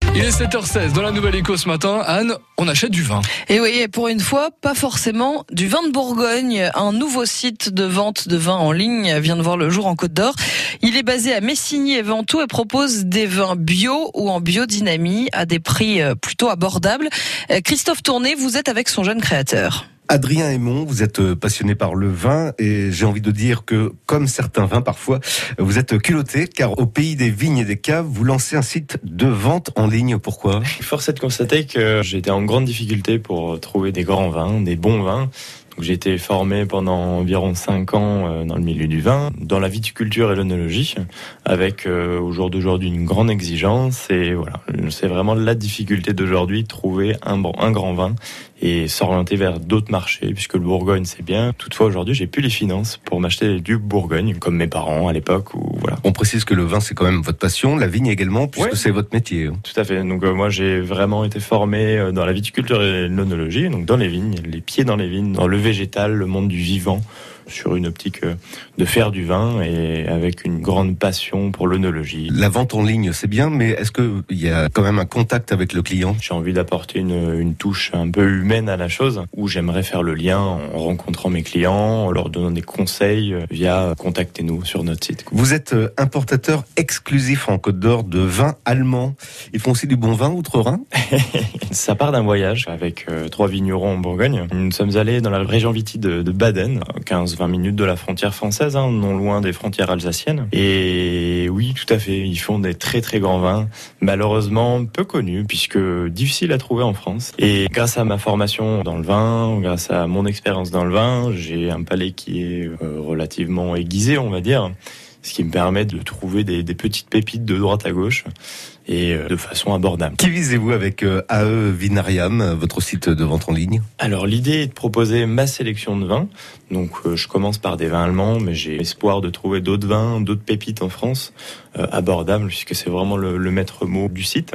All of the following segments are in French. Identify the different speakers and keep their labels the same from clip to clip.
Speaker 1: Il est 7h16 dans la Nouvelle Éco ce matin. Anne, on achète du vin.
Speaker 2: Et oui, pour une fois, pas forcément du vin de Bourgogne. Un nouveau site de vente de vin en ligne vient de voir le jour en Côte d'Or. Il est basé à Messigny et Ventoux et propose des vins bio ou en biodynamie à des prix plutôt abordables. Christophe Tourné, vous êtes avec son jeune créateur.
Speaker 3: Adrien Aymon, vous êtes passionné par le vin et j'ai envie de dire que, comme certains vins parfois, vous êtes culotté car au pays des vignes et des caves, vous lancez un site de vente en ligne. Pourquoi ?
Speaker 4: Force est de constater que j'étais en grande difficulté pour trouver des grands vins, des bons vins. Donc, j'ai été formé pendant environ 5 ans dans le milieu du vin, dans la viticulture et l'œnologie, avec au jour d'aujourd'hui une grande exigence. Et voilà, c'est vraiment la difficulté d'aujourd'hui, trouver un grand vin et s'orienter vers d'autres marchés, puisque le Bourgogne c'est bien. Toutefois aujourd'hui, j'ai plus les finances pour m'acheter du Bourgogne, comme mes parents à l'époque. Ou voilà.
Speaker 3: On précise que le vin c'est quand même votre passion, la vigne également, puisque c'est votre métier.
Speaker 4: Tout à fait. Donc moi j'ai vraiment été formé dans la viticulture et l'œnologie, donc dans les vignes, les pieds dans les vignes, dans le végétal, le monde du vivant, sur une optique de faire du vin et avec une grande passion pour l'œnologie.
Speaker 3: La vente en ligne, c'est bien, mais est-ce qu'il y a quand même un contact avec le client ?
Speaker 4: J'ai envie d'apporter une touche un peu humaine à la chose, où j'aimerais faire le lien en rencontrant mes clients, en leur donnant des conseils via contactez-nous sur notre site.
Speaker 3: Vous êtes importateur exclusif en Côte d'Or de vins allemands. Ils font aussi du bon vin outre-Rhin ?
Speaker 4: Ça part d'un voyage avec 3 vignerons en Bourgogne. Nous sommes allés dans la région viticole de Baden, 15-20 minutes de la frontière française, non loin des frontières alsaciennes. Et oui, tout à fait, ils font des très très grands vins, malheureusement peu connus, puisque difficiles à trouver en France. Et grâce à ma formation dans le vin, grâce à mon expérience dans le vin, j'ai un palais qui est relativement aiguisé, on va dire, ce qui me permet de trouver des petites pépites de droite à gauche et de façon abordable.
Speaker 3: Qui visez-vous avec AE Vinariam, votre site de vente en ligne ?
Speaker 4: Alors l'idée est de proposer ma sélection de vins. Donc je commence par des vins allemands, mais j'ai espoir de trouver d'autres vins, d'autres pépites en France, abordables, puisque c'est vraiment le maître mot du site.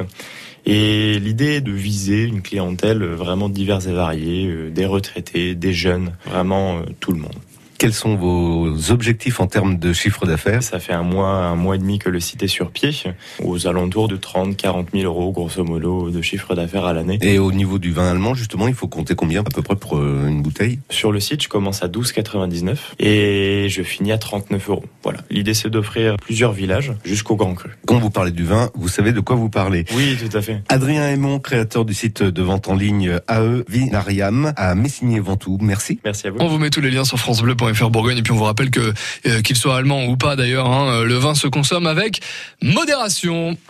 Speaker 4: Et l'idée est de viser une clientèle vraiment diverse et variée, des retraités, des jeunes, vraiment tout le monde.
Speaker 3: Quels sont vos objectifs en termes de chiffre d'affaires ?
Speaker 4: Ça fait un mois et demi que le site est sur pied, aux alentours de 30-40 000 euros, grosso modo, de chiffre d'affaires à l'année.
Speaker 3: Et au niveau du vin allemand, justement, il faut compter combien à peu près pour une bouteille ?
Speaker 4: Sur le site, je commence à 12,99 et je finis à 39 euros. Voilà. L'idée, c'est d'offrir plusieurs villages jusqu'au Grand Cru.
Speaker 3: Quand vous parlez du vin, vous savez de quoi vous parlez ?
Speaker 4: Oui, tout à fait.
Speaker 3: Adrien Aymon, créateur du site de vente en ligne AE Vinariam à Messigny et Ventoux. Merci.
Speaker 4: Merci à vous.
Speaker 1: On vous met tous les liens sur francebleu.fr Bourgogne et puis on vous rappelle que qu'il soit allemand ou pas d'ailleurs, le vin se consomme avec modération.